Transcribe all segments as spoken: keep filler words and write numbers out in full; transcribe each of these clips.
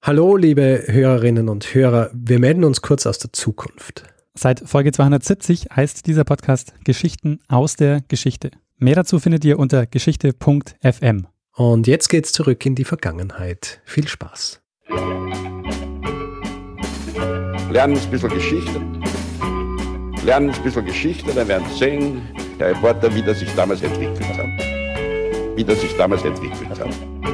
Hallo, liebe Hörerinnen und Hörer, wir melden uns kurz aus der Zukunft. Seit Folge zweihundertsiebzig heißt dieser Podcast Geschichten aus der Geschichte. Mehr dazu findet ihr unter geschichte punkt f m. Und jetzt geht's zurück in die Vergangenheit. Viel Spaß. Lernen ein bisschen Geschichte. Lernen ein bisschen Geschichte, dann werden Sie sehen, Herr Reporter, wie das sich damals entwickelt hat. Wie das sich damals entwickelt hat.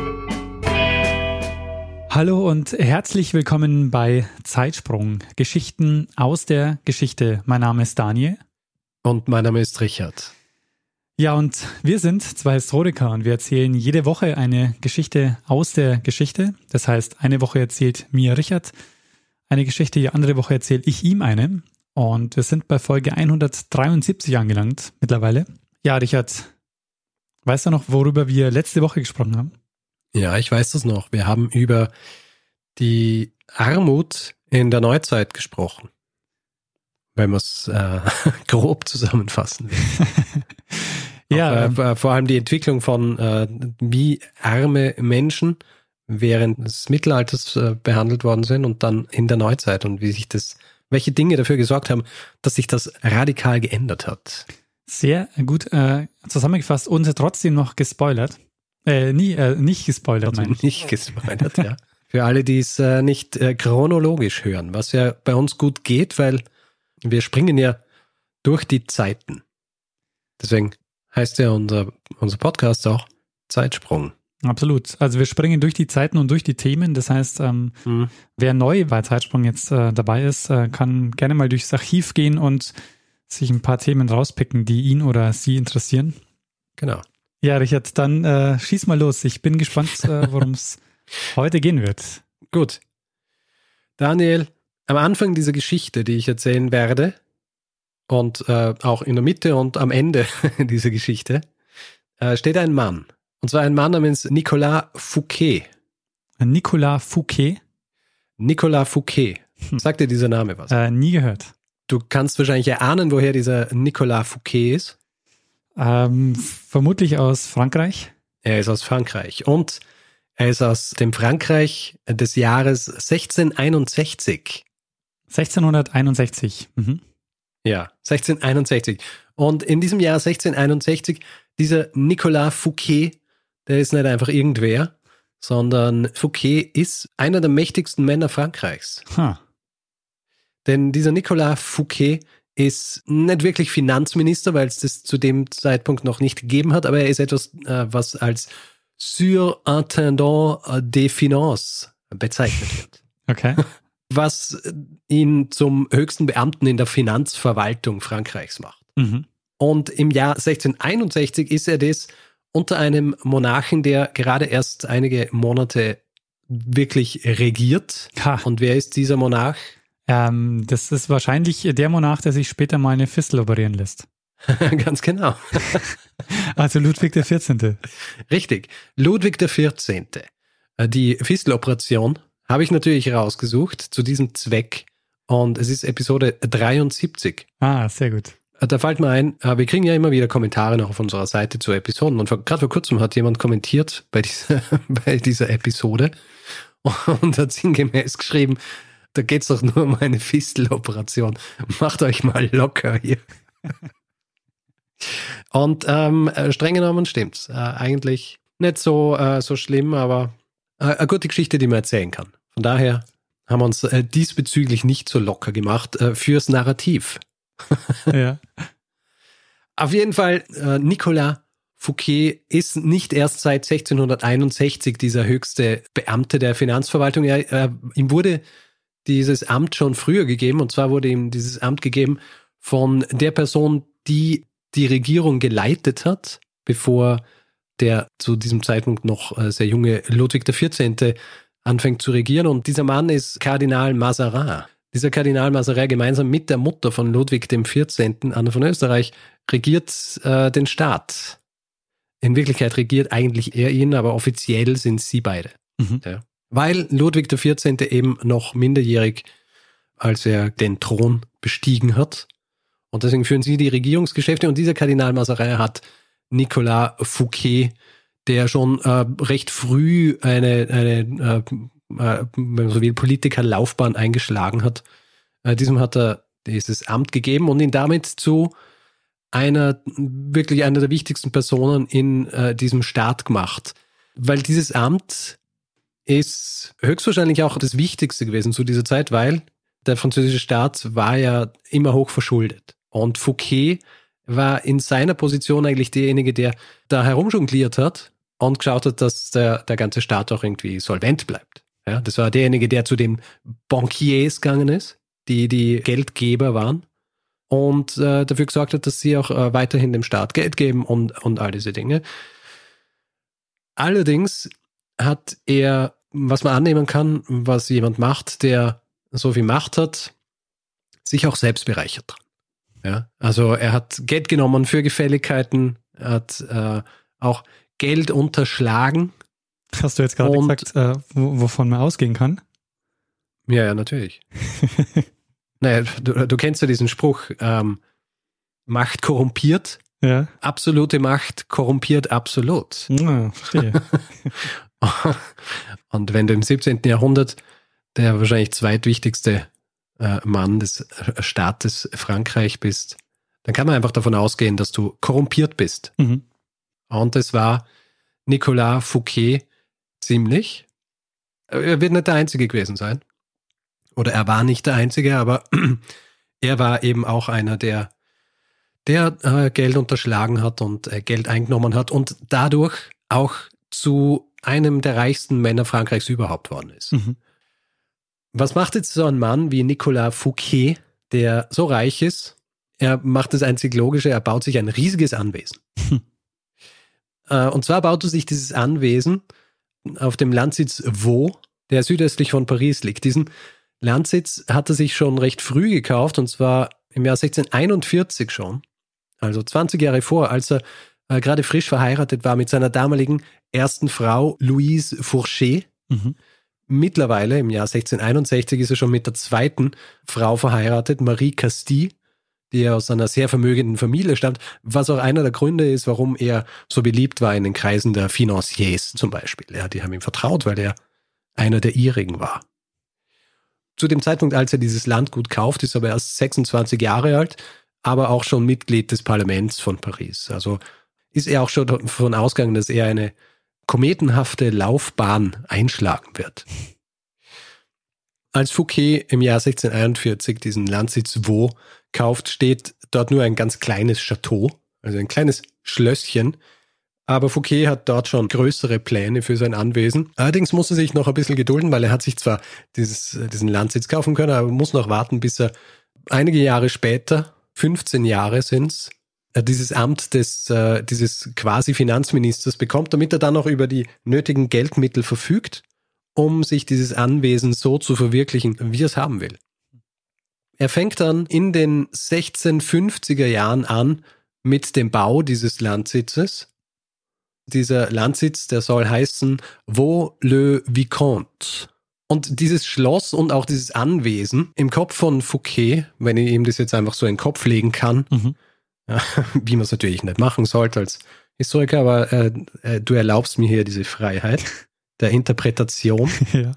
Hallo und herzlich willkommen bei Zeitsprung, Geschichten aus der Geschichte. Mein Name ist Daniel. Und mein Name ist Richard. Ja, und wir sind zwei Historiker und wir erzählen jede Woche eine Geschichte aus der Geschichte. Das heißt, eine Woche erzählt mir Richard eine Geschichte, die andere Woche erzähle ich ihm eine. Und wir sind bei Folge hundertdreiundsiebzig angelangt mittlerweile. Ja, Richard, weißt du noch, worüber wir letzte Woche gesprochen haben? Ja, ich weiß das noch. Wir haben über die Armut in der Neuzeit gesprochen, wenn man es äh, grob zusammenfassen will. Ja, Auch, äh, vor allem die Entwicklung von äh, wie arme Menschen während des Mittelalters äh, behandelt worden sind und dann in der Neuzeit und wie sich das, welche Dinge dafür gesorgt haben, dass sich das radikal geändert hat. Sehr gut äh, zusammengefasst und trotzdem noch gespoilert. Äh, nie, äh, nicht gespoilert, meine ich. Nicht gespoilert, ja. Für alle, die es äh, nicht äh, chronologisch hören, was ja bei uns gut geht, weil wir springen ja durch die Zeiten. Deswegen heißt ja unser, unser Podcast auch Zeitsprung. Absolut. Also wir springen durch die Zeiten und durch die Themen. Das heißt, ähm, mhm. wer neu bei Zeitsprung jetzt äh, dabei ist, äh, kann gerne mal durchs Archiv gehen und sich ein paar Themen rauspicken, die ihn oder sie interessieren. Genau. Ja, Richard, dann äh, schieß mal los. Ich bin gespannt, äh, worum es heute gehen wird. Gut. Daniel, am Anfang dieser Geschichte, die ich erzählen werde, und äh, auch in der Mitte und am Ende dieser Geschichte, äh, steht ein Mann. Und zwar ein Mann namens Nicolas Fouquet. Nicolas Fouquet? Nicolas Fouquet. Hm. Sagt dir dieser Name was? Äh, nie gehört. Du kannst wahrscheinlich erahnen, woher dieser Nicolas Fouquet ist. Ähm, vermutlich aus Frankreich. Er ist aus Frankreich und er ist aus dem Frankreich des Jahres sechzehnhunderteinundsechzig. sechzehnhunderteinundsechzig. Mhm. Ja, sechzehnhunderteinundsechzig. Und in diesem Jahr sechzehnhunderteinundsechzig, dieser Nicolas Fouquet, der ist nicht einfach irgendwer, sondern Fouquet ist einer der mächtigsten Männer Frankreichs. Huh. Denn dieser Nicolas Fouquet ist nicht wirklich Finanzminister, weil es das zu dem Zeitpunkt noch nicht gegeben hat, aber er ist etwas, äh, was als Surintendant des Finances bezeichnet wird. Okay. Was ihn zum höchsten Beamten in der Finanzverwaltung Frankreichs macht. Mhm. Und im Jahr sechzehnhunderteinundsechzig ist er das unter einem Monarchen, der gerade erst einige Monate wirklich regiert. Ha. Und wer ist dieser Monarch? Ähm, das ist wahrscheinlich der Monarch, der sich später mal eine Fistel operieren lässt. Ganz genau. Also Ludwig der vierzehnte. Richtig, Ludwig der vierzehnte. Die Fisteloperation habe ich natürlich rausgesucht zu diesem Zweck und es ist Episode dreiundsiebzig. Ah, sehr gut. Da fällt mir ein, wir kriegen ja immer wieder Kommentare noch auf unserer Seite zu Episoden und gerade vor kurzem hat jemand kommentiert bei dieser, bei dieser Episode und hat sinngemäß geschrieben, da geht es doch nur um eine Fisteloperation. Macht euch mal locker hier. Und ähm, streng genommen stimmt's. Äh, eigentlich nicht so, äh, so schlimm, aber äh, eine gute Geschichte, die man erzählen kann. Von daher haben wir uns äh, diesbezüglich nicht so locker gemacht äh, fürs Narrativ. Ja. Auf jeden Fall, äh, Nicolas Fouquet ist nicht erst seit sechzehnhunderteinundsechzig dieser höchste Beamte der Finanzverwaltung. Er, äh, ihm wurde dieses Amt schon früher gegeben, und zwar wurde ihm dieses Amt gegeben von der Person, die die Regierung geleitet hat, bevor der zu diesem Zeitpunkt noch sehr junge Ludwig der vierzehnte anfängt zu regieren. Und dieser Mann ist Kardinal Mazarin. Dieser Kardinal Mazarin gemeinsam mit der Mutter von Ludwig dem vierzehnten, Anne von Österreich, regiert äh, den Staat. In Wirklichkeit regiert eigentlich er ihn, aber offiziell sind sie beide. Mhm. Ja. Weil Ludwig der vierzehnte eben noch minderjährig, als er den Thron bestiegen hat. Und deswegen führen sie die Regierungsgeschäfte. Und dieser Kardinal Mazarin hat Nicolas Fouquet, der schon äh, recht früh eine, eine äh, äh, wenn man so will, Politikerlaufbahn eingeschlagen hat, äh, diesem hat er dieses Amt gegeben und ihn damit zu einer, wirklich einer der wichtigsten Personen in äh, diesem Staat gemacht. Weil dieses Amt ist höchstwahrscheinlich auch das Wichtigste gewesen zu dieser Zeit, weil der französische Staat war ja immer hoch verschuldet. Und Fouquet war in seiner Position eigentlich derjenige, der da herumjongliert hat und geschaut hat, dass der, der ganze Staat auch irgendwie solvent bleibt. Ja, das war derjenige, der zu den Bankiers gegangen ist, die die Geldgeber waren und äh, dafür gesorgt hat, dass sie auch äh, weiterhin dem Staat Geld geben und, und all diese Dinge. Allerdings hat er, was man annehmen kann, was jemand macht, der so viel Macht hat, sich auch selbst bereichert dran. Ja, also er hat Geld genommen für Gefälligkeiten, er hat äh, auch Geld unterschlagen. Hast du jetzt gerade und, gesagt, äh, wovon man ausgehen kann? Ja, ja, natürlich. Naja, du, du kennst ja diesen Spruch, ähm, Macht korrumpiert, ja. Absolute Macht korrumpiert absolut. Ja, verstehe. Und wenn du im siebzehnten Jahrhundert der wahrscheinlich zweitwichtigste äh, Mann des Staates Frankreich bist, dann kann man einfach davon ausgehen, dass du korrumpiert bist. Mhm. Und es war Nicolas Fouquet ziemlich. Er wird nicht der Einzige gewesen sein. Oder er war nicht der Einzige, aber er war eben auch einer, der, der äh, Geld unterschlagen hat und äh, Geld eingenommen hat und dadurch auch zu einem der reichsten Männer Frankreichs überhaupt worden ist. Mhm. Was macht jetzt so ein Mann wie Nicolas Fouquet, der so reich ist? Er macht das einzig Logische, er baut sich ein riesiges Anwesen. Hm. Äh, und zwar baut er sich dieses Anwesen auf dem Landsitz Vaux, der südöstlich von Paris liegt. Diesen Landsitz hat er sich schon recht früh gekauft, und zwar im Jahr sechzehnhunderteinundvierzig schon, also zwanzig Jahre vor, als er äh, gerade frisch verheiratet war mit seiner damaligen ersten Frau Louise Fourchet. Mhm. Mittlerweile, im Jahr sechzehnhunderteinundsechzig, ist er schon mit der zweiten Frau verheiratet, Marie Castille, die aus einer sehr vermögenden Familie stammt, was auch einer der Gründe ist, warum er so beliebt war in den Kreisen der Financiers zum Beispiel. Ja, die haben ihm vertraut, weil er einer der ihrigen war. Zu dem Zeitpunkt, als er dieses Landgut kauft, ist er aber erst sechsundzwanzig Jahre alt, aber auch schon Mitglied des Parlaments von Paris. Also ist er auch schon davon ausgegangen, dass er eine kometenhafte Laufbahn einschlagen wird. Als Fouquet im Jahr sechzehnhunderteinundvierzig diesen Landsitz Vaux kauft, steht dort nur ein ganz kleines Chateau, also ein kleines Schlösschen. Aber Fouquet hat dort schon größere Pläne für sein Anwesen. Allerdings muss er sich noch ein bisschen gedulden, weil er hat sich zwar dieses, diesen Landsitz kaufen können, aber muss noch warten, bis er einige Jahre später, fünfzehn Jahre sind's, dieses Amt des äh, dieses quasi Finanzministers bekommt, damit er dann noch über die nötigen Geldmittel verfügt, um sich dieses Anwesen so zu verwirklichen, wie er es haben will. Er fängt dann in den sechzehnhundertfünfziger Jahren an mit dem Bau dieses Landsitzes. Dieser Landsitz, der soll heißen Vaux-le-Vicomte. Und dieses Schloss und auch dieses Anwesen im Kopf von Fouquet, wenn ich ihm das jetzt einfach so in den Kopf legen kann, mhm. ja, wie man es natürlich nicht machen sollte als Historiker, aber äh, äh, du erlaubst mir hier diese Freiheit der Interpretation. Ja.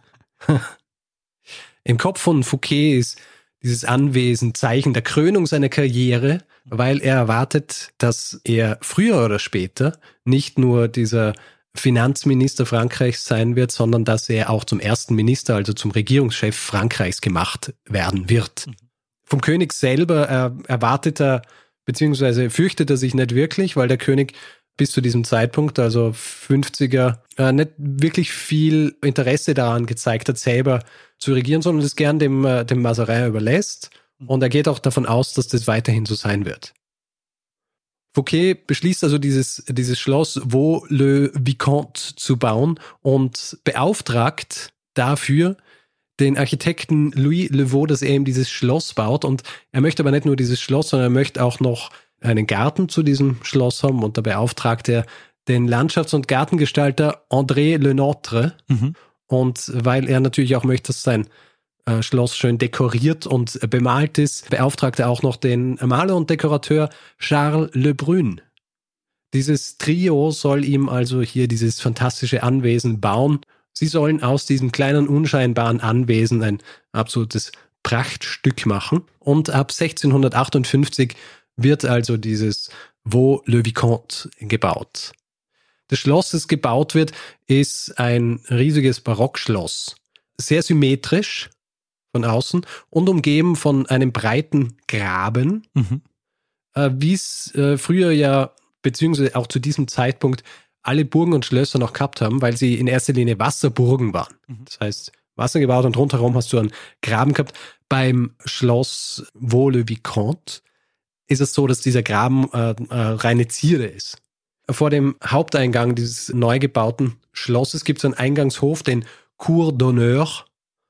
Im Kopf von Fouquet ist dieses Anwesen Zeichen der Krönung seiner Karriere, weil er erwartet, dass er früher oder später nicht nur dieser Finanzminister Frankreichs sein wird, sondern dass er auch zum ersten Minister, also zum Regierungschef Frankreichs gemacht werden wird. Mhm. Vom König selber äh, erwartet er, beziehungsweise fürchtet er sich nicht wirklich, weil der König bis zu diesem Zeitpunkt, also fünfziger, äh, nicht wirklich viel Interesse daran gezeigt hat, selber zu regieren, sondern es gern dem, äh, dem Mazarin überlässt. Und er geht auch davon aus, dass das weiterhin so sein wird. Fouquet beschließt also, dieses, dieses Schloss Vaux-le-Vicomte zu bauen und beauftragt dafür den Architekten Louis Le Vaux, dass er ihm dieses Schloss baut. Und er möchte aber nicht nur dieses Schloss, sondern er möchte auch noch einen Garten zu diesem Schloss haben. Und da beauftragt er den Landschafts- und Gartengestalter André Le Nôtre. Mhm. Und weil er natürlich auch möchte, dass sein äh, Schloss schön dekoriert und äh, bemalt ist, beauftragt er auch noch den Maler und Dekorateur Charles Le Brun. Dieses Trio soll ihm also hier dieses fantastische Anwesen bauen. Sie sollen aus diesem kleinen, unscheinbaren Anwesen ein absolutes Prachtstück machen. Und ab sechzehnhundertachtundfünfzig wird also dieses Vaux le Vicomte gebaut. Das Schloss, das gebaut wird, ist ein riesiges Barockschloss. Sehr symmetrisch von außen und umgeben von einem breiten Graben, mhm. äh, wie es äh, früher ja, beziehungsweise auch zu diesem Zeitpunkt, alle Burgen und Schlösser noch gehabt haben, weil sie in erster Linie Wasserburgen waren. Mhm. Das heißt, Wasser gebaut und rundherum hast du einen Graben gehabt. Beim Schloss Vaux le Vicomte ist es so, dass dieser Graben äh, äh, reine Zierde ist. Vor dem Haupteingang dieses neu gebauten Schlosses gibt es einen Eingangshof, den Cour d'Honneur.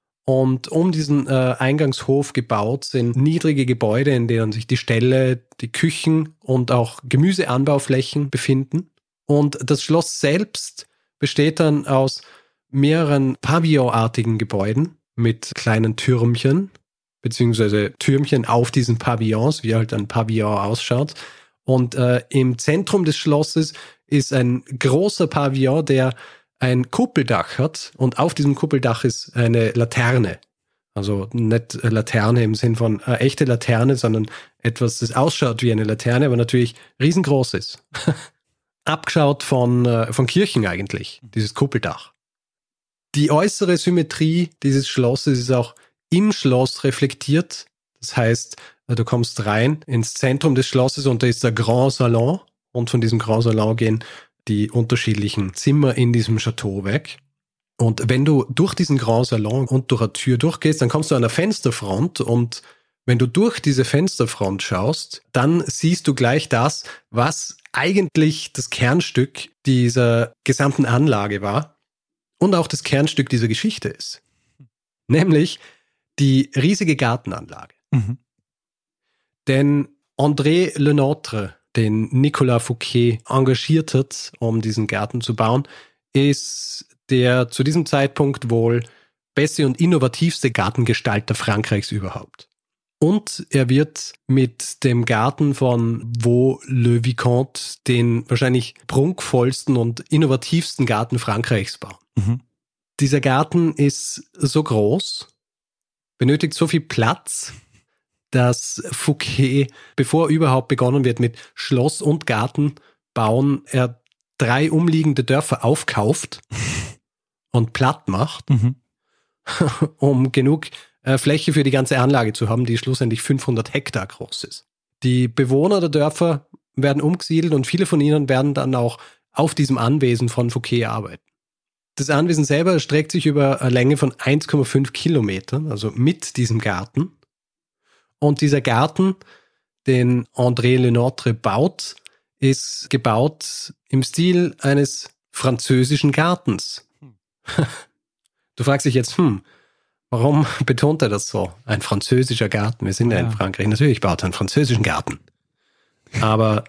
Und um diesen äh, Eingangshof gebaut sind niedrige Gebäude, in denen sich die Ställe, die Küchen und auch Gemüseanbauflächen befinden. Und das Schloss selbst besteht dann aus mehreren pavillonartigen Gebäuden mit kleinen Türmchen, beziehungsweise Türmchen auf diesen Pavillons, wie halt ein Pavillon ausschaut. Und äh, im Zentrum des Schlosses ist ein großer Pavillon, der ein Kuppeldach hat. Und auf diesem Kuppeldach ist eine Laterne. Also nicht Laterne im Sinn von äh, echte Laterne, sondern etwas, das ausschaut wie eine Laterne, aber natürlich riesengroß ist. Abgeschaut von, äh, von Kirchen eigentlich, dieses Kuppeldach. Die äußere Symmetrie dieses Schlosses ist auch im Schloss reflektiert. Das heißt, du kommst rein ins Zentrum des Schlosses und da ist der Grand Salon. Und von diesem Grand Salon gehen die unterschiedlichen Zimmer in diesem Chateau weg. Und wenn du durch diesen Grand Salon und durch eine Tür durchgehst, dann kommst du an eine Fensterfront und wenn du durch diese Fensterfront schaust, dann siehst du gleich das, was eigentlich das Kernstück dieser gesamten Anlage war und auch das Kernstück dieser Geschichte ist. Nämlich die riesige Gartenanlage. Mhm. Denn André Le Nôtre, den Nicolas Fouquet engagiert hat, um diesen Garten zu bauen, ist der zu diesem Zeitpunkt wohl beste und innovativste Gartengestalter Frankreichs überhaupt. Und er wird mit dem Garten von Vaux le Vicomte den wahrscheinlich prunkvollsten und innovativsten Garten Frankreichs bauen. Mhm. Dieser Garten ist so groß, benötigt so viel Platz, dass Fouquet, bevor überhaupt begonnen wird mit Schloss und Garten bauen, er drei umliegende Dörfer aufkauft und platt macht, mhm. um genug äh, Fläche für die ganze Anlage zu haben, die schlussendlich fünfhundert Hektar groß ist. Die Bewohner der Dörfer werden umgesiedelt und viele von ihnen werden dann auch auf diesem Anwesen von Fouquet arbeiten. Das Anwesen selber erstreckt sich über eine Länge von eins Komma fünf Kilometern, also mit diesem Garten. Und dieser Garten, den André Le Nôtre baut, ist gebaut im Stil eines französischen Gartens. Du fragst dich jetzt, hm, warum betont er das so? Ein französischer Garten, wir sind ja, ja in Frankreich. Natürlich baut er einen französischen Garten. Aber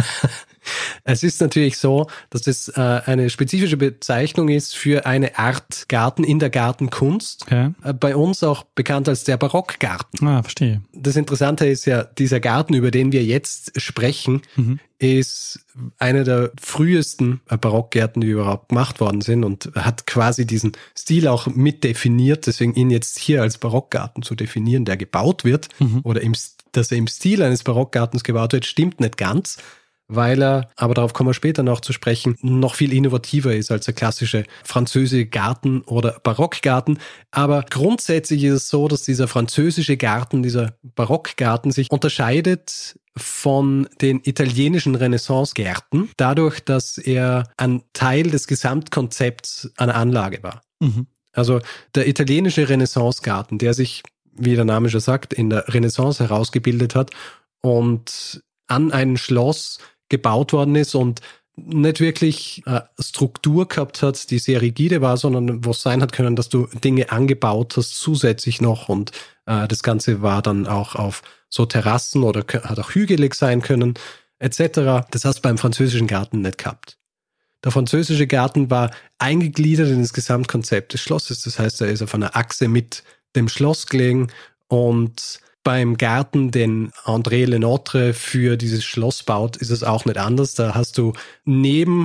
es ist natürlich so, dass es äh, eine spezifische Bezeichnung ist für eine Art Garten in der Gartenkunst. Okay. Äh, bei uns auch bekannt als der Barockgarten. Ah, verstehe. Das Interessante ist ja, dieser Garten, über den wir jetzt sprechen, mhm. ist einer der frühesten Barockgärten, die überhaupt gemacht worden sind und hat quasi diesen Stil auch mit definiert. Deswegen ihn jetzt hier als Barockgarten zu definieren, der gebaut wird mhm. oder im, dass er im Stil eines Barockgartens gebaut wird, stimmt nicht ganz. Weil er, aber darauf kommen wir später noch zu sprechen, noch viel innovativer ist als der klassische französische Garten oder Barockgarten. Aber grundsätzlich ist es so, dass dieser französische Garten, dieser Barockgarten sich unterscheidet von den italienischen Renaissance-Gärten, dadurch, dass er ein Teil des Gesamtkonzepts einer Anlage war. Mhm. Also der italienische Renaissance-Garten, der sich, wie der Name schon sagt, in der Renaissance herausgebildet hat und an ein Schloss gebaut worden ist und nicht wirklich äh, Struktur gehabt hat, die sehr rigide war, sondern wo es sein hat können, dass du Dinge angebaut hast zusätzlich noch und äh, das Ganze war dann auch auf so Terrassen oder hat auch hügelig sein können, et cetera. Das hast du beim französischen Garten nicht gehabt. Der französische Garten war eingegliedert in das Gesamtkonzept des Schlosses, das heißt, er ist auf einer Achse mit dem Schloss gelegen und beim Garten, den André Le Nôtre für dieses Schloss baut, ist es auch nicht anders. Da hast du neben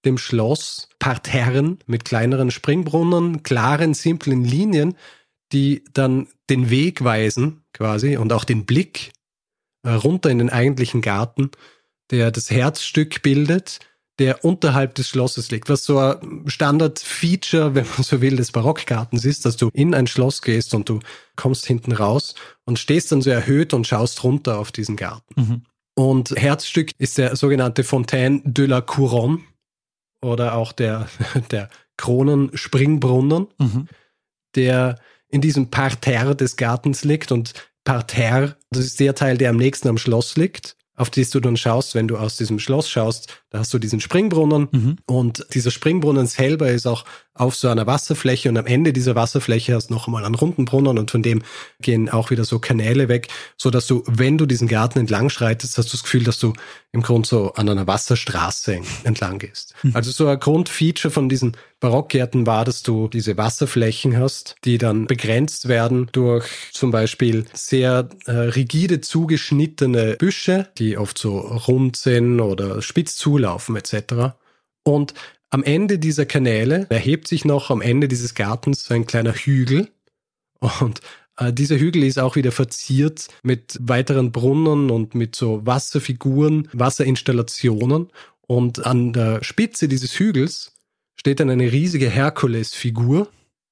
dem Schloss Parterren mit kleineren Springbrunnen, klaren, simplen Linien, die dann den Weg weisen quasi und auch den Blick äh, runter in den eigentlichen Garten, der das Herzstück bildet, der unterhalb des Schlosses liegt. Was so ein Standard-Feature, wenn man so will, des Barockgartens ist, dass du in ein Schloss gehst und du kommst hinten raus und stehst dann so erhöht und schaust runter auf diesen Garten. Mhm. Und Herzstück ist der sogenannte Fontaine de la Couronne oder auch der, der Kronenspringbrunnen, mhm. der in diesem Parterre des Gartens liegt. Und Parterre, das ist der Teil, der am nächsten am Schloss liegt, auf das du dann schaust, wenn du aus diesem Schloss schaust. Da hast du diesen Springbrunnen mhm. und dieser Springbrunnen selber ist auch auf so einer Wasserfläche und am Ende dieser Wasserfläche hast du noch einmal einen runden Brunnen und von dem gehen auch wieder so Kanäle weg, so dass du, wenn du diesen Garten entlang schreitest, hast du das Gefühl, dass du im Grunde so an einer Wasserstraße entlang gehst. Mhm. Also so ein Grundfeature von diesen Barockgärten war, dass du diese Wasserflächen hast, die dann begrenzt werden durch zum Beispiel sehr äh, rigide zugeschnittene Büsche, die oft so rund sind oder spitz zulaufen et cetera. Und am Ende dieser Kanäle erhebt sich noch am Ende dieses Gartens so ein kleiner Hügel und äh, dieser Hügel ist auch wieder verziert mit weiteren Brunnen und mit so Wasserfiguren, Wasserinstallationen und an der Spitze dieses Hügels steht dann eine riesige Herkulesfigur,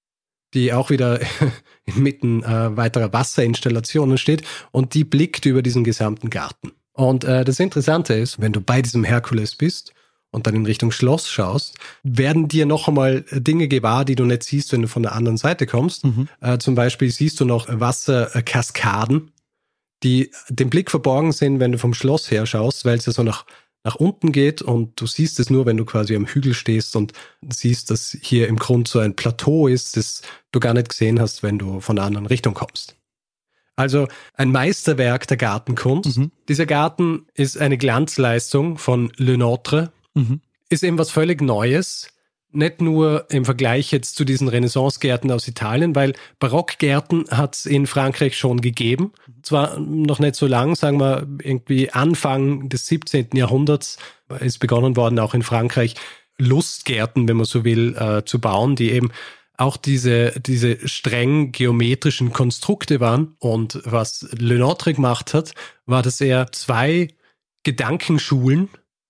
die auch wieder inmitten äh, weiterer Wasserinstallationen steht und die blickt über diesen gesamten Garten. Und äh, das Interessante ist, wenn du bei diesem Herkules bist und dann in Richtung Schloss schaust, werden dir noch einmal Dinge gewahr, die du nicht siehst, wenn du von der anderen Seite kommst. Mhm. Äh, zum Beispiel siehst du noch Wasserkaskaden, die dem Blick verborgen sind, wenn du vom Schloss her schaust, weil es ja so nach, nach unten geht und du siehst es nur, wenn du quasi am Hügel stehst und siehst, dass hier im Grunde so ein Plateau ist, das du gar nicht gesehen hast, wenn du von der anderen Richtung kommst. Also ein Meisterwerk der Gartenkunst. Mhm. Dieser Garten ist eine Glanzleistung von Le Nôtre. Mhm. Ist eben was völlig Neues. Nicht nur im Vergleich jetzt zu diesen Renaissancegärten aus Italien, weil Barockgärten hat es in Frankreich schon gegeben. Zwar noch nicht so lang, sagen wir irgendwie Anfang des siebzehnten Jahrhunderts ist begonnen worden, auch in Frankreich Lustgärten, wenn man so will, äh, zu bauen, die eben auch diese, diese streng geometrischen Konstrukte waren. Und was Le Nôtre gemacht hat, war, dass er zwei Gedankenschulen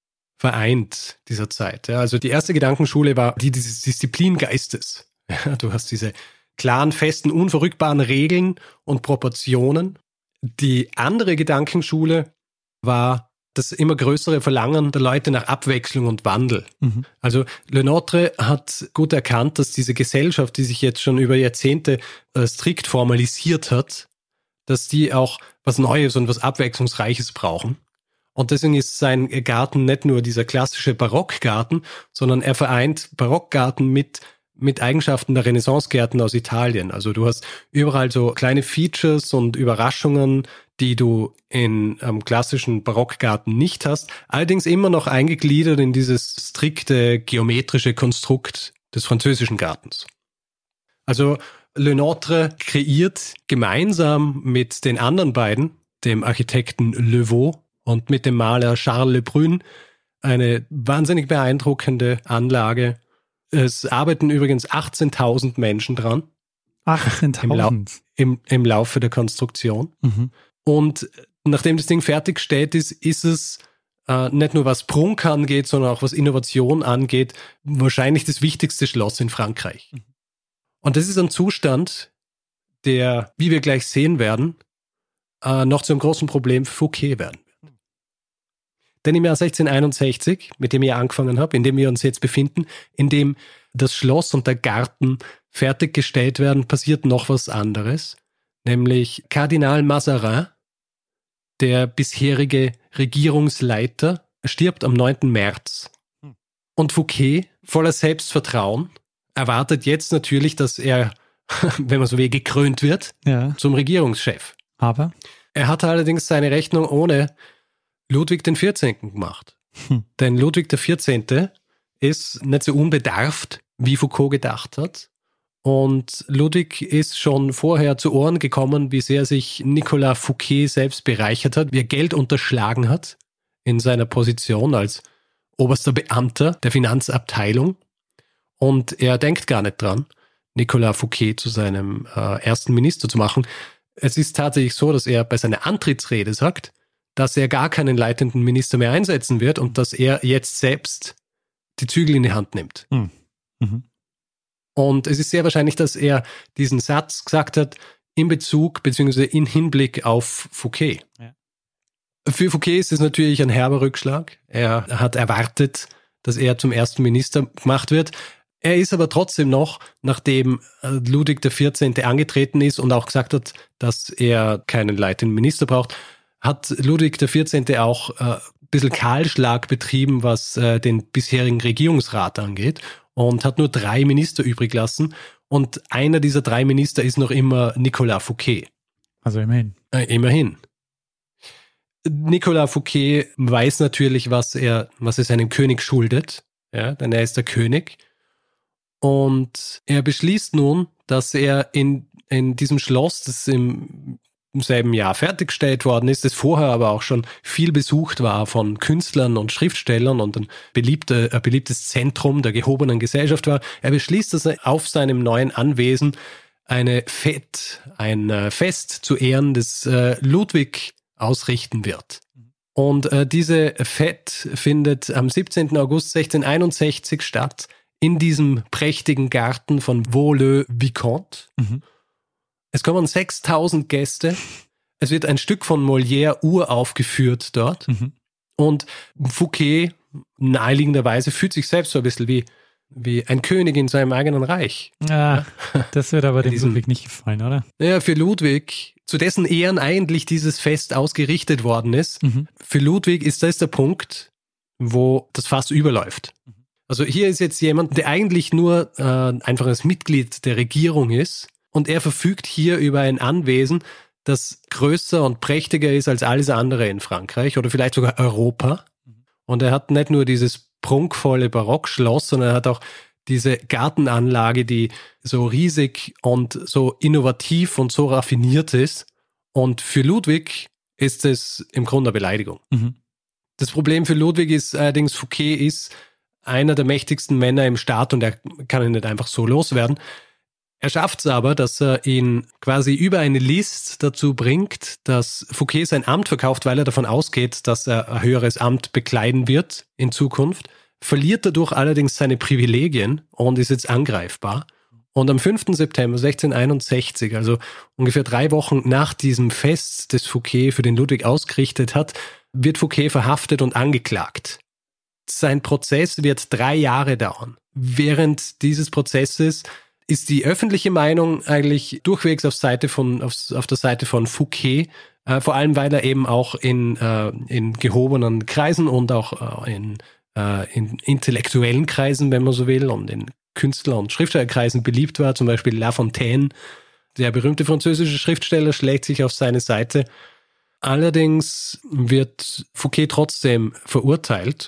vereint dieser Zeit. Ja, also die erste Gedankenschule war die dieses Disziplingeistes. Ja, du hast diese klaren, festen, unverrückbaren Regeln und Proportionen. Die andere Gedankenschule war das immer größere Verlangen der Leute nach Abwechslung und Wandel. Mhm. Also Le Nôtre hat gut erkannt, dass diese Gesellschaft, die sich jetzt schon über Jahrzehnte äh, strikt formalisiert hat, dass die auch was Neues und was Abwechslungsreiches brauchen. Und deswegen ist sein Garten nicht nur dieser klassische Barockgarten, sondern er vereint Barockgarten mit mit Eigenschaften der Renaissancegärten aus Italien. Also du hast überall so kleine Features und Überraschungen, die du in einem klassischen Barockgarten nicht hast, allerdings immer noch eingegliedert in dieses strikte geometrische Konstrukt des französischen Gartens. Also Le Nôtre kreiert gemeinsam mit den anderen beiden, dem Architekten Le Vau und mit dem Maler Charles Le Brun, eine wahnsinnig beeindruckende Anlage. Es arbeiten übrigens achtzehntausend Menschen dran. achtzehntausend? Im, im, Im Laufe der Konstruktion. Mhm. Und nachdem das Ding fertiggestellt ist, ist es äh, nicht nur was Prunk angeht, sondern auch was Innovation angeht, wahrscheinlich das wichtigste Schloss in Frankreich. Mhm. Und das ist ein Zustand, der, wie wir gleich sehen werden, äh, noch zu einem großen Problem für Fouquet werden wird. Denn im Jahr sechzehnhunderteinundsechzig, mit dem ich angefangen habe, in dem wir uns jetzt befinden, in dem das Schloss und der Garten fertiggestellt werden, passiert noch was anderes. Nämlich Kardinal Mazarin, der bisherige Regierungsleiter, stirbt am neunten März. Und Fouquet, voller Selbstvertrauen, erwartet jetzt natürlich, dass er, wenn man so will, gekrönt wird, ja, zum Regierungschef. Aber? Er hat allerdings seine Rechnung ohne Ludwig den vierzehnten gemacht. Hm. Denn Ludwig der vierzehnte ist nicht so unbedarft, wie Foucault gedacht hat. Und Ludwig ist schon vorher zu Ohren gekommen, wie sehr sich Nicolas Fouquet selbst bereichert hat, wie er Geld unterschlagen hat in seiner Position als oberster Beamter der Finanzabteilung. Und er denkt gar nicht dran, Nicolas Fouquet zu seinem äh, ersten Minister zu machen. Es ist tatsächlich so, dass er bei seiner Antrittsrede sagt, dass er gar keinen leitenden Minister mehr einsetzen wird und dass er jetzt selbst die Zügel in die Hand nimmt. Mhm. Mhm. Und es ist sehr wahrscheinlich, dass er diesen Satz gesagt hat in Bezug bzw. in Hinblick auf Fouquet. Ja. Für Fouquet ist es natürlich ein herber Rückschlag. Er hat erwartet, dass er zum ersten Minister gemacht wird. Er ist aber trotzdem noch, nachdem Ludwig der vierzehnte angetreten ist und auch gesagt hat, dass er keinen leitenden Minister braucht, hat Ludwig der vierzehnte auch äh, ein bisschen Kahlschlag betrieben, was äh, den bisherigen Regierungsrat angeht und hat nur drei Minister übrig lassen. Und einer dieser drei Minister ist noch immer Nicolas Fouquet. Also immerhin. Äh, immerhin. Nicolas Fouquet weiß natürlich, was er, was er seinem König schuldet, ja, denn er ist der König. Und er beschließt nun, dass er in, in diesem Schloss, das im, im selben Jahr fertiggestellt worden ist, das vorher aber auch schon viel besucht war von Künstlern und Schriftstellern und ein, beliebte, ein beliebtes Zentrum der gehobenen Gesellschaft war. Er beschließt, dass er auf seinem neuen Anwesen eine Fête, ein Fest zu Ehren des äh, Ludwig ausrichten wird. Und äh, diese Fête findet am siebzehnten August sechzehnhunderteinundsechzig statt, in diesem prächtigen Garten von Vaux-le-Vicomte. Mhm. Es kommen sechstausend Gäste. Es wird ein Stück von Molière uraufgeführt dort. Mhm. Und Fouquet, naheliegenderweise, fühlt sich selbst so ein bisschen wie, wie ein König in seinem eigenen Reich. Ah, das wird aber dem diesem, Ludwig nicht gefallen, oder? Ja, für Ludwig, zu dessen Ehren eigentlich dieses Fest ausgerichtet worden ist, mhm. für Ludwig ist das der Punkt, wo das Fass überläuft. Mhm. Also hier ist jetzt jemand, der eigentlich nur äh, einfaches Mitglied der Regierung ist und er verfügt hier über ein Anwesen, das größer und prächtiger ist als alles andere in Frankreich oder vielleicht sogar Europa. Und er hat nicht nur dieses prunkvolle Barockschloss, sondern er hat auch diese Gartenanlage, die so riesig und so innovativ und so raffiniert ist. Und für Ludwig ist es im Grunde eine Beleidigung. Mhm. Das Problem für Ludwig ist allerdings, Fouquet ist einer der mächtigsten Männer im Staat und er kann ihn nicht einfach so loswerden. Er schafft es aber, dass er ihn quasi über eine List dazu bringt, dass Fouquet sein Amt verkauft, weil er davon ausgeht, dass er ein höheres Amt bekleiden wird in Zukunft, verliert dadurch allerdings seine Privilegien und ist jetzt angreifbar. Und am fünften September sechzehnhunderteinundsechzig, also ungefähr drei Wochen nach diesem Fest, das Fouquet für den Ludwig ausgerichtet hat, wird Fouquet verhaftet und angeklagt. Sein Prozess wird drei Jahre dauern. Während dieses Prozesses ist die öffentliche Meinung eigentlich durchwegs auf, Seite von, auf, auf der Seite von Fouquet, äh, vor allem weil er eben auch in, äh, in gehobenen Kreisen und auch äh, in, äh, in intellektuellen Kreisen, wenn man so will, und in Künstler- und Schriftstellerkreisen beliebt war. Zum Beispiel La Fontaine, der berühmte französische Schriftsteller, schlägt sich auf seine Seite. Allerdings wird Fouquet trotzdem verurteilt.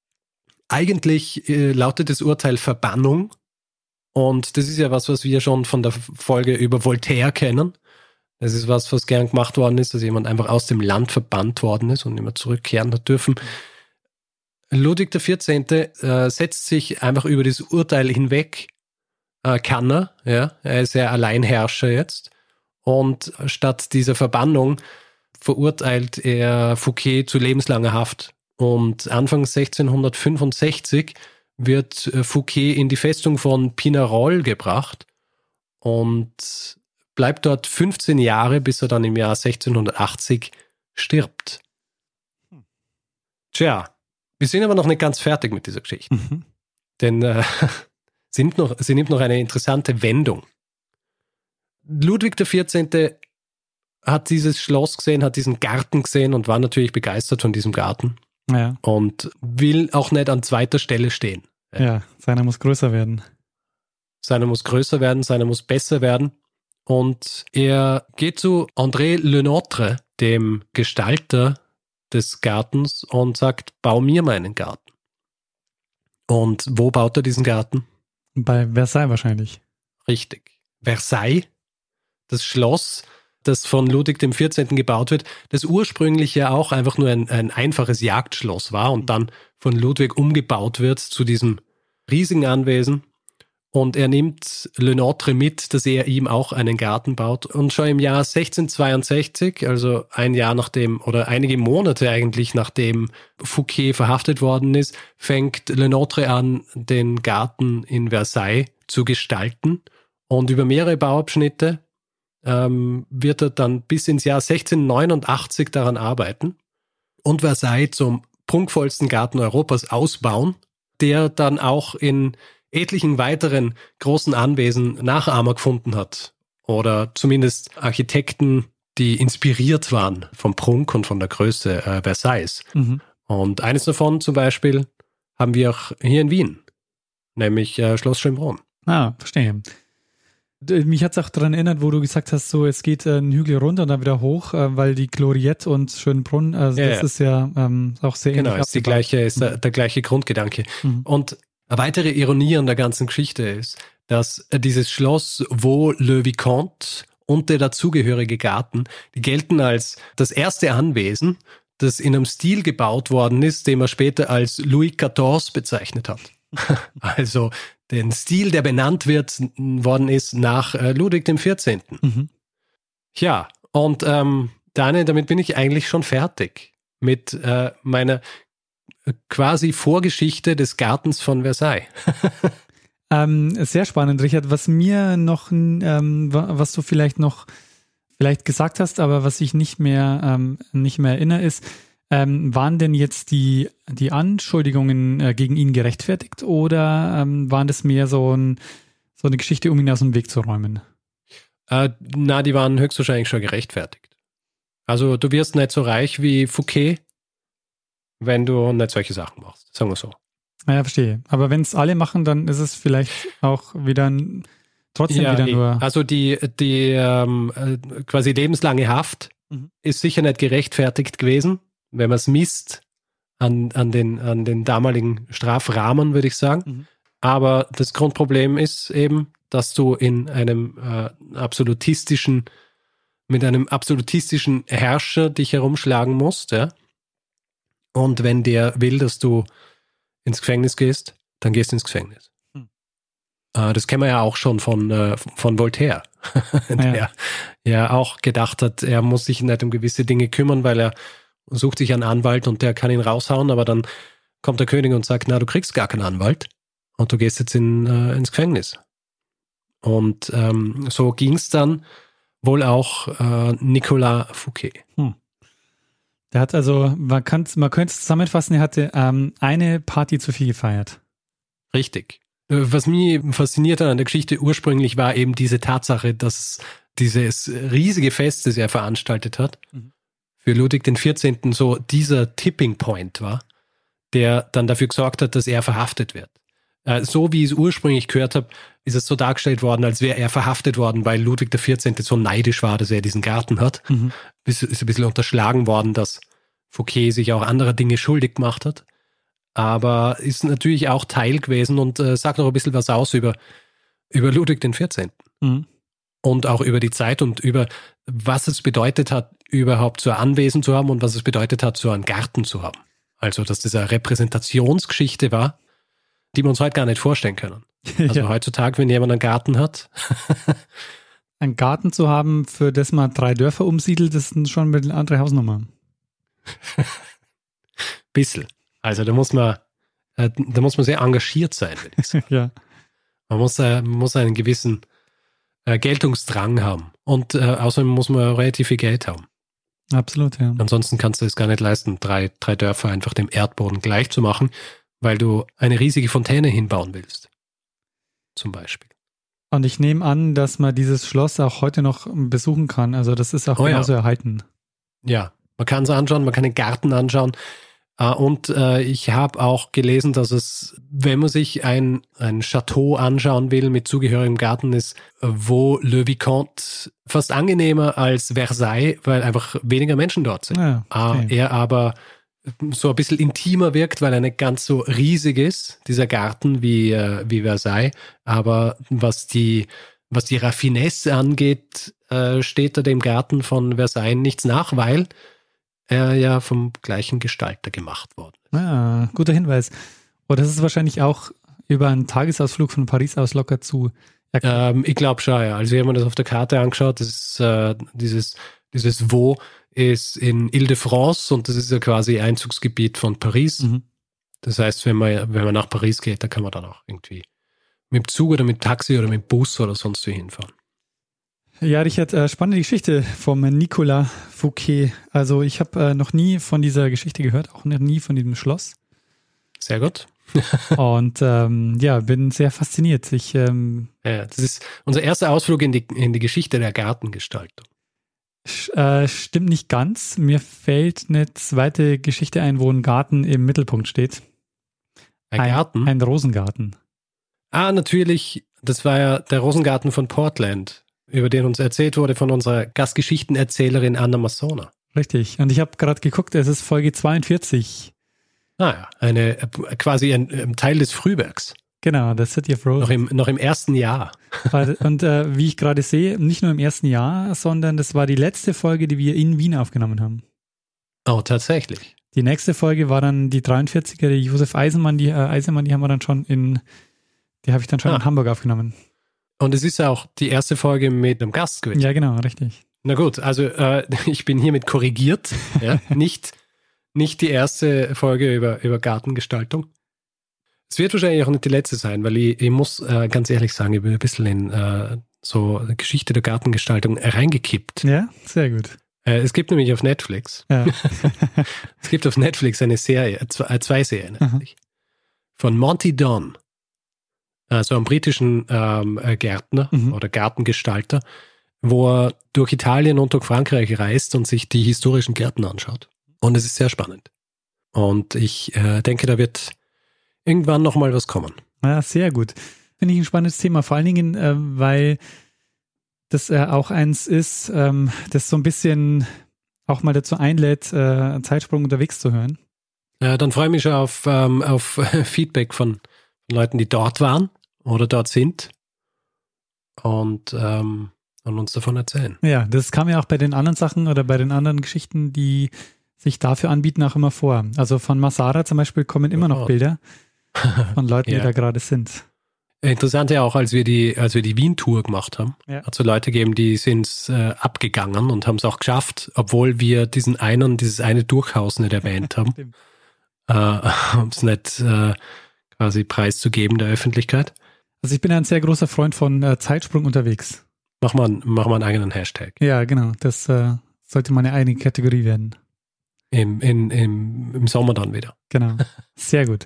Eigentlich äh, lautet das Urteil Verbannung. Und das ist ja was, was wir schon von der Folge über Voltaire kennen. Das ist was, was gern gemacht worden ist, dass jemand einfach aus dem Land verbannt worden ist und nicht mehr zurückkehren hat dürfen. Ludwig der vierzehnte äh, setzt sich einfach über das Urteil hinweg. Äh, kann er, ja. Er ist ja Alleinherrscher jetzt. Und statt dieser Verbannung verurteilt er Fouquet zu lebenslanger Haft. Und Anfang sechzehnhundertfünfundsechzig wird Fouquet in die Festung von Pignerol gebracht und bleibt dort fünfzehn Jahre, bis er dann im Jahr sechzehnhundertachtzig stirbt. Tja, wir sind aber noch nicht ganz fertig mit dieser Geschichte. Mhm. Denn äh, sie, nimmt noch, sie nimmt noch eine interessante Wendung. Ludwig der vierzehnte hat dieses Schloss gesehen, hat diesen Garten gesehen und war natürlich begeistert von diesem Garten. Ja. Und will auch nicht an zweiter Stelle stehen. Ja, seiner muss größer werden. Seiner muss größer werden, seiner muss besser werden. Und er geht zu André Lenotre, dem Gestalter des Gartens, und sagt, bau mir meinen Garten. Und wo baut er diesen Garten? Bei Versailles wahrscheinlich. Richtig. Versailles, das Schloss, das von Ludwig dem vierzehnten gebaut wird, das ursprünglich ja auch einfach nur ein, ein einfaches Jagdschloss war und dann von Ludwig umgebaut wird zu diesem riesigen Anwesen. Und er nimmt Le Nôtre mit, dass er ihm auch einen Garten baut. Und schon im Jahr sechzehnhundertzweiundsechzig, also ein Jahr nachdem, oder einige Monate eigentlich nachdem Fouquet verhaftet worden ist, fängt Le Nôtre an, den Garten in Versailles zu gestalten. Und über mehrere Bauabschnitte ähm, wird er dann bis ins Jahr sechzehnhundertneunundachtzig daran arbeiten und Versailles zum prunkvollsten Garten Europas ausbauen, der dann auch in etlichen weiteren großen Anwesen Nachahmer gefunden hat. Oder zumindest Architekten, die inspiriert waren vom Prunk und von der Größe äh, Versailles. Mhm. Und eines davon zum Beispiel haben wir auch hier in Wien, nämlich äh, Schloss Schönbrunn. Ah, verstehe. Mich hat es auch daran erinnert, wo du gesagt hast, so es geht äh, einen Hügel runter und dann wieder hoch, äh, weil die Gloriette und Schönbrunn, also ja, das ja. ist ja ähm, auch sehr ähnlich. Genau, ist, die gleiche, ist mhm. der, der gleiche Grundgedanke. Mhm. Und eine weitere Ironie an der ganzen Geschichte ist, dass dieses Schloss Vaux le Vicomte und der dazugehörige Garten, die gelten als das erste Anwesen, das in einem Stil gebaut worden ist, den man später als Louis vierzehn bezeichnet hat. Also den Stil, der benannt wird worden ist nach äh, Ludwig dem vierzehnten. Mhm. Ja, und ähm, Daniel, damit bin ich eigentlich schon fertig mit äh, meiner quasi Vorgeschichte des Gartens von Versailles. ähm, sehr spannend, Richard. Was mir noch, ähm, was du vielleicht noch vielleicht gesagt hast, aber was ich nicht mehr, ähm, nicht mehr erinnere, ist, ähm, waren denn jetzt die, die Anschuldigungen äh, gegen ihn gerechtfertigt oder ähm, waren das mehr so, ein, so eine Geschichte, um ihn aus dem Weg zu räumen? Äh, na, die waren höchstwahrscheinlich schon gerechtfertigt. Also du wirst nicht so reich wie Fouquet, wenn du nicht solche Sachen machst, sagen wir so. Ja, verstehe. Aber wenn es alle machen, dann ist es vielleicht auch wieder ein, trotzdem ja, wieder nee. nur... Also die, die ähm, quasi lebenslange Haft mhm. ist sicher nicht gerechtfertigt gewesen, wenn man es misst an, an, den, an den damaligen Strafrahmen, würde ich sagen. Mhm. Aber das Grundproblem ist eben, dass du in einem äh, absolutistischen, mit einem absolutistischen Herrscher dich herumschlagen musst, ja. Und wenn der will, dass du ins Gefängnis gehst, dann gehst du ins Gefängnis. Hm. Äh, das kennen wir ja auch schon von, äh, von Voltaire, der ja. ja auch gedacht hat, er muss sich nicht um gewisse Dinge kümmern, weil er sucht sich einen Anwalt und der kann ihn raushauen, aber dann kommt der König und sagt, na, du kriegst gar keinen Anwalt und du gehst jetzt in, äh, ins Gefängnis. Und ähm, so ging es dann wohl auch äh, Nicolas Fouquet. Hm. Der hat also, man, kann, man könnte es zusammenfassen, er hatte ähm, eine Party zu viel gefeiert. Richtig. Was mich fasziniert an der Geschichte ursprünglich war eben diese Tatsache, dass dieses riesige Fest, das er veranstaltet hat, mhm. für Ludwig den vierzehnten so dieser Tipping Point war, der dann dafür gesorgt hat, dass er verhaftet wird. Äh, so wie ich es ursprünglich gehört habe, ist es so dargestellt worden, als wäre er verhaftet worden, weil Ludwig der vierzehnte so neidisch war, dass er diesen Garten hat. Mhm. Ist, ist ein bisschen unterschlagen worden, dass Fouquet sich auch anderer Dinge schuldig gemacht hat. Aber ist natürlich auch Teil gewesen und äh, sagt noch ein bisschen was aus über, über Ludwig den vierzehnten. Mhm. Und auch über die Zeit und über, was es bedeutet hat, überhaupt so ein Anwesen zu haben und was es bedeutet hat, so einen Garten zu haben. Also, dass das eine Repräsentationsgeschichte war, die wir uns heute gar nicht vorstellen können. Also ja. Heutzutage, wenn jemand einen Garten hat. Einen Garten zu haben, für das man drei Dörfer umsiedelt, das ist schon eine andere Hausnummer. Bissl. Also da muss man, äh, da muss man sehr engagiert sein, würde ich sagen. Ja. Man muss, äh, man muss einen gewissen äh, Geltungsdrang haben. Und äh, außerdem muss man relativ viel Geld haben. Absolut, ja. Ansonsten kannst du es gar nicht leisten, drei, drei Dörfer einfach dem Erdboden gleich zu machen, weil du eine riesige Fontäne hinbauen willst. Zum Beispiel. Und ich nehme an, dass man dieses Schloss auch heute noch besuchen kann. Also das ist auch oh, genauso ja. erhalten. Ja, man kann es anschauen, man kann den Garten anschauen. Und äh, ich habe auch gelesen, dass es, wenn man sich ein, ein Chateau anschauen will mit zugehörigem Garten, ist Vaux le Vicomte fast angenehmer als Versailles, weil einfach weniger Menschen dort sind. Ja, okay. Er aber so ein bisschen intimer wirkt, weil er nicht ganz so riesig ist, dieser Garten, wie, äh, wie Versailles. Aber was die, was die Raffinesse angeht, äh, steht er dem Garten von Versailles nichts nach, weil er ja vom gleichen Gestalter gemacht worden ist. Ah, guter Hinweis. Und das ist wahrscheinlich auch über einen Tagesausflug von Paris aus locker zu erklären. Ähm, ich glaube schon, ja. Also wir haben uns das auf der Karte angeschaut. Das ist äh, dieses, dieses Vaux ist in Ile-de-France und das ist ja quasi Einzugsgebiet von Paris. Mhm. Das heißt, wenn man, wenn man nach Paris geht, da kann man dann auch irgendwie mit dem Zug oder mit dem Taxi oder mit dem Bus oder sonst wie hinfahren. Ja, Richard, äh, spannende Geschichte vom Nicolas Fouquet. Also ich habe äh, noch nie von dieser Geschichte gehört, auch noch nie von diesem Schloss. Sehr gut. Und ähm, ja, bin sehr fasziniert. Ich, ähm, ja, das ist unser erster Ausflug in die, in die Geschichte der Gartengestaltung. sch- äh, stimmt nicht ganz. Mir fällt eine zweite Geschichte ein, wo ein Garten im Mittelpunkt steht. Ein Garten? Ein Rosengarten. Ah, natürlich. Das war ja der Rosengarten von Portland, über den uns erzählt wurde von unserer Gastgeschichtenerzählerin Anna Massona. Richtig. Und ich habe gerade geguckt, es ist Folge zweiundvierzig. Ah ja, eine, äh, quasi ein, ein Teil des Frühwerks. Genau, The City of Roses. Noch im, noch im ersten Jahr. Und äh, wie ich gerade sehe, nicht nur im ersten Jahr, sondern das war die letzte Folge, die wir in Wien aufgenommen haben. Oh, tatsächlich. Die nächste Folge war dann die dreiundvierziger, die Josef Eisenmann, die äh, Eisenmann, die haben wir dann schon in, die habe ich dann schon Ah. in Hamburg aufgenommen. Und es ist ja auch die erste Folge mit einem Gast gewesen. Ja, genau, richtig. Na gut, also äh, ich bin hiermit korrigiert. Ja? nicht, nicht die erste Folge über, über Gartengestaltung. Es wird wahrscheinlich auch nicht die letzte sein, weil ich, ich muss äh, ganz ehrlich sagen, ich bin ein bisschen in äh, so Geschichte der Gartengestaltung reingekippt. Ja, sehr gut. Äh, es gibt nämlich auf Netflix, Ja. es gibt auf Netflix eine Serie, zwei, zwei Serien eigentlich, von Monty Don, also einem britischen ähm, Gärtner Mhm. oder Gartengestalter, wo er durch Italien und durch Frankreich reist und sich die historischen Gärten anschaut. Und es ist sehr spannend. Und ich äh, denke, da wird irgendwann nochmal was kommen. Ja, sehr gut. Finde ich ein spannendes Thema, vor allen Dingen, äh, weil das äh, auch eins ist, ähm, das so ein bisschen auch mal dazu einlädt, äh, einen Zeitsprung unterwegs zu hören. Äh, dann freue ich mich schon auf, ähm, auf Feedback von Leuten, die dort waren oder dort sind und, ähm, und uns davon erzählen. Ja, das kam ja auch bei den anderen Sachen oder bei den anderen Geschichten, die sich dafür anbieten, auch immer vor. Also von Masara zum Beispiel kommen immer noch Oh. Bilder von Leuten, Ja. die da gerade sind. Interessant ja auch, als wir die, als wir die Wien-Tour gemacht haben, Ja. hat es so Leute gegeben, die sind äh, abgegangen und haben es auch geschafft, obwohl wir diesen einen, dieses eine Durchhaus nicht erwähnt haben, Stimmt. äh, um es nicht äh, quasi preiszugeben der Öffentlichkeit. Also ich bin ja ein sehr großer Freund von äh, Zeitsprung unterwegs. Mach mal, mach mal einen eigenen Hashtag. Ja, genau. Das äh, sollte mal eine eigene Kategorie werden. Im, in, im, Im Sommer dann wieder. Genau. Sehr gut.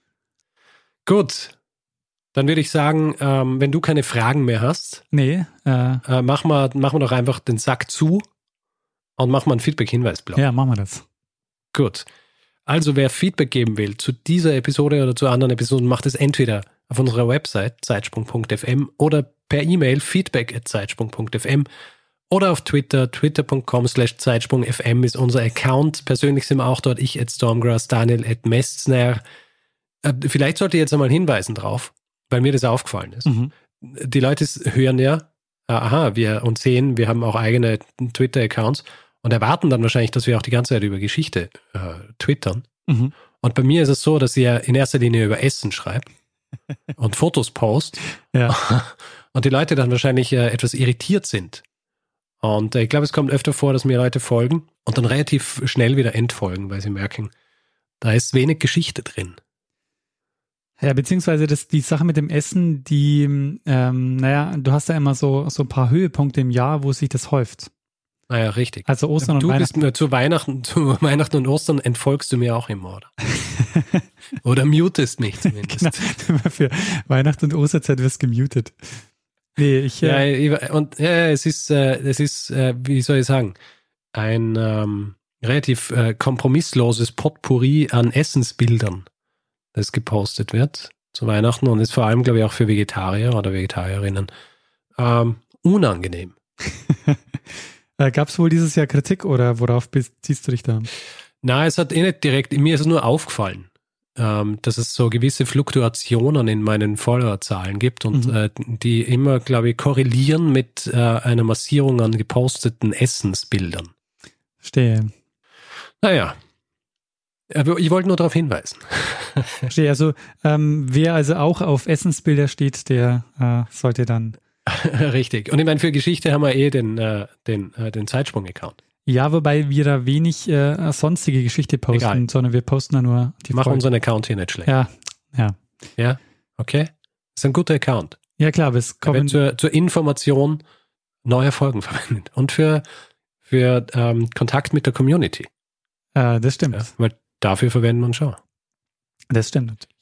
Gut. Dann würde ich sagen, ähm, wenn du keine Fragen mehr hast, Nee, äh, äh, mach mal, mach mal doch einfach den Sack zu und mach mal einen Feedback-Hinweisblock. ja, machen wir das. Gut. Also wer Feedback geben will zu dieser Episode oder zu anderen Episoden, macht es entweder auf unserer Website zeitsprung punkt f m oder per E-Mail feedback at zeitsprung punkt f m oder auf Twitter, twitter punkt com slash zeitsprung punkt f m ist unser Account. Persönlich sind wir auch dort, ich at Stormgrass, Daniel at Mestner. Äh, vielleicht sollte ich jetzt einmal hinweisen drauf, weil mir das aufgefallen ist. Mhm. Die Leute hören ja, aha, wir und sehen, wir haben auch eigene Twitter-Accounts und erwarten dann wahrscheinlich, dass wir auch die ganze Zeit über Geschichte äh, twittern. Mhm. Und bei mir ist es so, dass ich ja in erster Linie über Essen schreibe und Fotos post Ja. und die Leute dann wahrscheinlich äh, etwas irritiert sind. Und äh, ich glaube, es kommt öfter vor, dass mir Leute folgen und dann relativ schnell wieder entfolgen, weil sie merken, da ist wenig Geschichte drin. Ja, beziehungsweise das, die Sache mit dem Essen, die, ähm, naja, du hast ja immer so, so ein paar Höhepunkte im Jahr, wo sich das häuft. Naja, richtig. Also Ostern und Du bist Weihnachten. mir zu Weihnachten, zu Weihnachten und Ostern entfolgst du mir auch immer, oder? Oder mutest mich zumindest. Genau, für Weihnachten und Osterzeit wirst gemutet. Nee, ich, Ja, äh, ich- und ja, es ist, äh, es ist, äh, wie soll ich sagen, ein ähm, relativ äh, kompromissloses Potpourri an Essensbildern, das gepostet wird zu Weihnachten und ist vor allem, glaube ich, auch für Vegetarier oder Vegetarierinnen ähm, unangenehm. äh, gab es wohl dieses Jahr Kritik oder worauf beziehst du dich da? Na, es hat eh nicht direkt, mir ist es nur aufgefallen. ähm, dass es so gewisse Fluktuationen in meinen Followerzahlen gibt und Mhm. äh, die immer, glaube ich, korrelieren mit äh, einer Massierung an geposteten Essensbildern. Verstehe. Naja, aber ich wollte nur darauf hinweisen. Verstehe. Also ähm, wer also auch auf Essensbilder steht, der äh, sollte dann. Richtig. Und ich meine, für Geschichte haben wir eh den, äh, den, äh, den Zeitsprung-Account. Ja, wobei wir da wenig äh, sonstige Geschichte posten, Egal. sondern wir posten da nur die Mach Folgen. unseren Account hier nicht schlecht. Ja, ja. Ja? Okay? Das ist ein guter Account. Ja, klar, aber es Er wird kommen. zur, zur Information neuer Folgen verwendet. Und für, für ähm, Kontakt mit der Community. Äh, das stimmt. Ja? Weil dafür verwenden wir ihn schon. Das stimmt natürlich.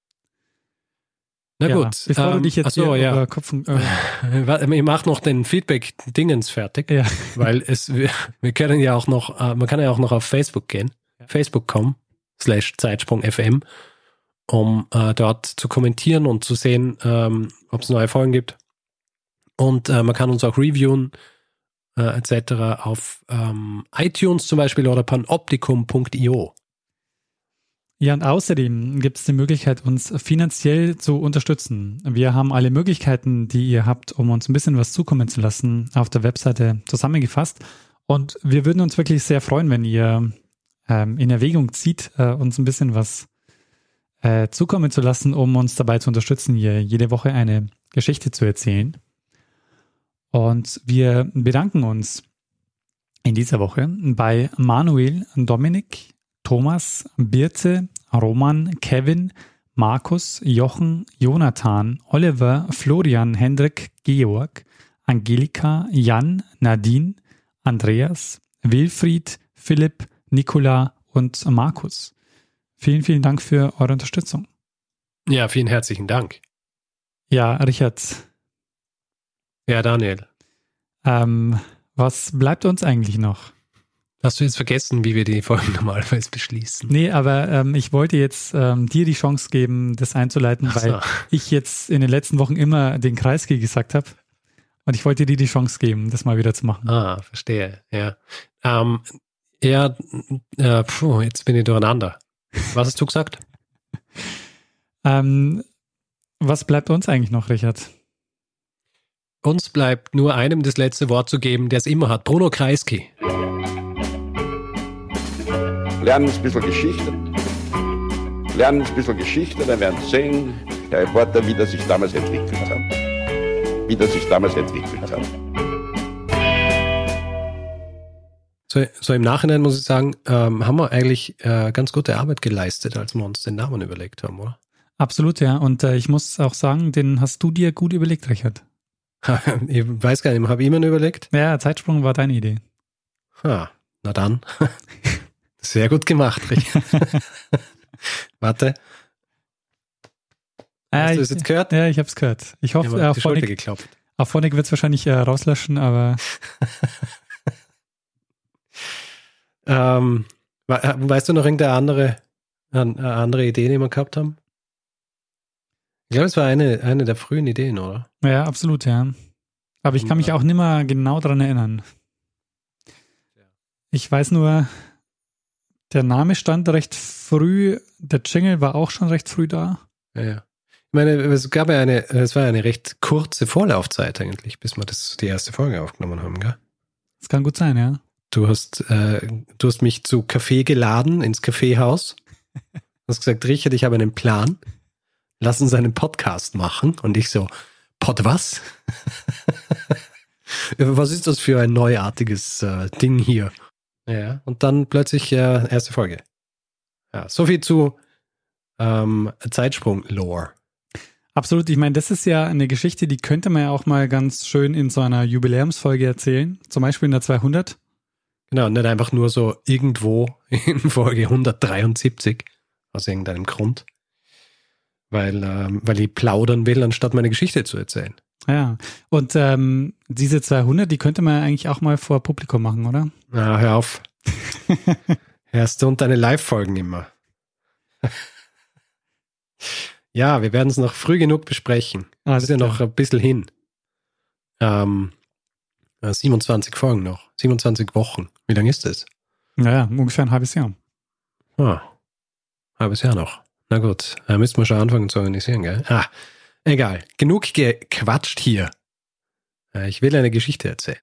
Na Ja, gut. Bevor du ähm, dich jetzt ach so, hier ja. über Kopf und, äh, Ich mache noch den Feedback-Dingens fertig, ja. weil es, wir, wir können ja auch noch, äh, man kann ja auch noch auf Facebook gehen, facebook punkt com slash Zeitsprung F M, um äh, dort zu kommentieren und zu sehen, ähm, ob es neue Folgen gibt. Und äh, man kann uns auch reviewen, äh, et cetera auf ähm, iTunes zum Beispiel oder panoptikum punkt io. Ja, und außerdem gibt es die Möglichkeit, uns finanziell zu unterstützen. Wir haben alle Möglichkeiten, die ihr habt, um uns ein bisschen was zukommen zu lassen, auf der Webseite zusammengefasst. Und wir würden uns wirklich sehr freuen, wenn ihr ähm, in Erwägung zieht, äh, uns ein bisschen was äh, zukommen zu lassen, um uns dabei zu unterstützen, hier jede Woche eine Geschichte zu erzählen. Und wir bedanken uns in dieser Woche bei Manuel, Dominik, Thomas, Birte, Roman, Kevin, Markus, Jochen, Jonathan, Oliver, Florian, Hendrik, Georg, Angelika, Jan, Nadine, Andreas, Wilfried, Philipp, Nicola und Markus. Vielen, vielen Dank für eure Unterstützung. Ja, vielen herzlichen Dank. Ja, Richard, Ja, Daniel. ähm, was bleibt uns eigentlich noch? Hast du jetzt vergessen, wie wir die Folgen normalerweise beschließen? Nee, aber ähm, ich wollte jetzt ähm, dir die Chance geben, das einzuleiten, Ach so. weil ich jetzt in den letzten Wochen immer den Kreisky gesagt habe. Und ich wollte dir die Chance geben, das mal wieder zu machen. Ah, verstehe, ja. Ähm, ja, äh, puh, jetzt bin ich durcheinander. Was hast du gesagt? Ähm, was bleibt uns eigentlich noch, Richard? Uns bleibt nur einem das letzte Wort zu geben, der es immer hat. Bruno Kreisky. Lernen ein bisschen Geschichte. Lernen ein bisschen Geschichte, dann werden Sie sehen, der Reporter, wie das sich damals entwickelt hat. Wie das sich damals entwickelt hat. So, so im Nachhinein muss ich sagen, ähm, haben wir eigentlich äh, ganz gute Arbeit geleistet, als wir uns den Namen überlegt haben, oder? Absolut, ja. Und äh, ich muss auch sagen, den hast du dir gut überlegt, Richard. Ich weiß gar nicht, habe ich mir überlegt? Ja, Zeitsprung war deine Idee. Ah, na dann. Sehr gut gemacht, Richard. Warte, Äh, hast du das jetzt gehört? Ja, ich habe es gehört. Ich Ich hoffe, habe äh, auf die Schulter Phonic, geklopft. auf Phonic wird es wahrscheinlich äh, rauslöschen, aber Ähm, we- äh, weißt du noch irgendeine andere, an- eine andere Idee, die wir gehabt haben? Ich glaube, es war eine, eine der frühen Ideen, oder? ja, absolut, ja. Aber ich kann mich auch nicht mehr genau daran erinnern. Ich weiß nur, der Name stand recht früh, der Jingle war auch schon recht früh da. Ja, ja. Ich meine, es gab ja eine, es war eine recht kurze Vorlaufzeit eigentlich, bis wir das, die erste Folge aufgenommen haben, gell? Das kann gut sein, ja. Du hast, äh, du hast mich zu Kaffee geladen, ins Kaffeehaus. Du hast gesagt, Richard, ich habe einen Plan. Lass uns einen Podcast machen. Und ich so, Pod was? Was ist das für ein neuartiges äh, Ding hier? Ja, und dann plötzlich äh, erste Folge. Ja, so viel zu ähm, Zeitsprung-Lore. Absolut, ich meine, das ist ja eine Geschichte, die könnte man ja auch mal ganz schön in so einer Jubiläumsfolge erzählen. Zum Beispiel in der zweihundert. Genau, nicht einfach nur so irgendwo in Folge hundertdreiundsiebzig aus irgendeinem Grund. Weil, ähm, weil ich plaudern will, anstatt meine Geschichte zu erzählen. Ja, und ähm, diese zweihundert, die könnte man eigentlich auch mal vor Publikum machen, oder? Na, hör auf. Hörst du und deine Live-Folgen immer. Ja, wir werden es noch früh genug besprechen. Ah, Das ist ja noch ein bisschen hin. Ähm, siebenundzwanzig Folgen noch. siebenundzwanzig Wochen. Wie lange ist das? Naja, ungefähr ein halbes Jahr. Ah, halbes Jahr noch. Na gut, da müssen wir schon anfangen zu organisieren, gell? Ah, egal. Genug gequatscht hier. Ich will eine Geschichte erzählen.